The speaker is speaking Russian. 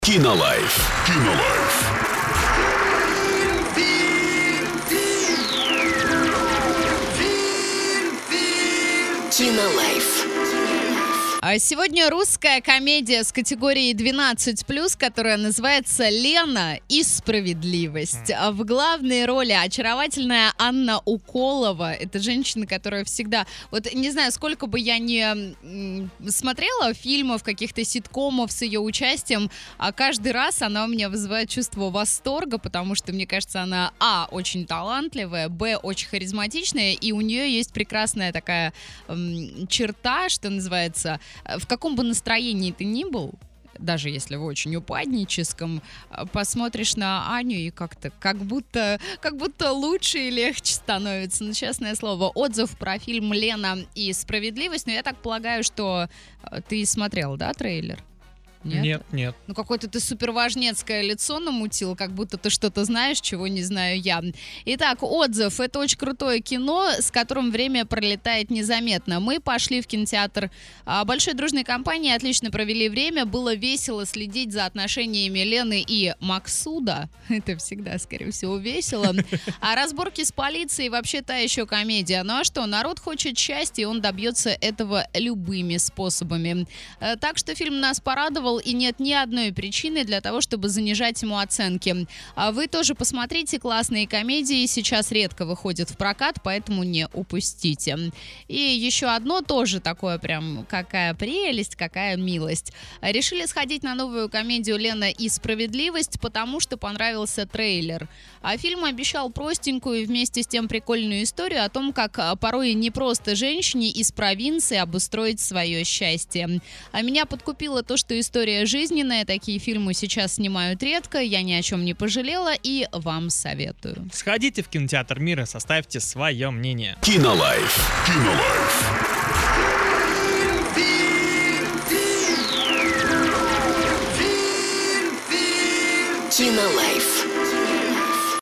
Кинолайф. Кинолайф. Сегодня русская комедия с категорией 12+, которая называется «Лена и справедливость». В главной роли очаровательная Анна Уколова. Это женщина, которая всегда... Вот не знаю, сколько бы я ни смотрела фильмов, каких-то ситкомов с ее участием, а каждый раз она у меня вызывает чувство восторга, потому что, мне кажется, она, очень талантливая, очень харизматичная, и у нее есть прекрасная такая черта, что называется... В каком бы настроении ты ни был, даже если в очень упадническом, посмотришь на Аню и как будто лучше и легче становится. Ну, честное слово, отзыв про фильм «Лена и справедливость». Но я так полагаю, что ты смотрел, да, трейлер? Нет. Ну, какое-то ты суперважнецкое лицо намутил, как будто ты что-то знаешь, чего не знаю я. Итак, отзыв. Это очень крутое кино, с которым время пролетает незаметно. Мы пошли в кинотеатр большой дружной компании, отлично провели время. Было весело следить за отношениями Лены и Максуда. Это всегда, скорее всего, весело. А разборки с полицией вообще та еще комедия. Ну а что, народ хочет счастья, и он добьется этого любыми способами. Так что фильм нас порадовал, и нет ни одной причины для того, чтобы занижать ему оценки. А вы тоже посмотрите, классные комедии сейчас редко выходят в прокат, поэтому не упустите. И еще одно тоже такое прям, какая прелесть, какая милость. Решили сходить на новую комедию «Лена и справедливость», потому что понравился трейлер. А фильм обещал простенькую и вместе с тем прикольную историю о том, как порой не просто женщине из провинции обустроить свое счастье. А меня подкупило то, что история жизненная, такие фильмы сейчас снимают редко, я ни о чем не пожалела и вам советую. Сходите в кинотеатр «Мир» и составьте свое мнение. Кинолайф. Кинолайф.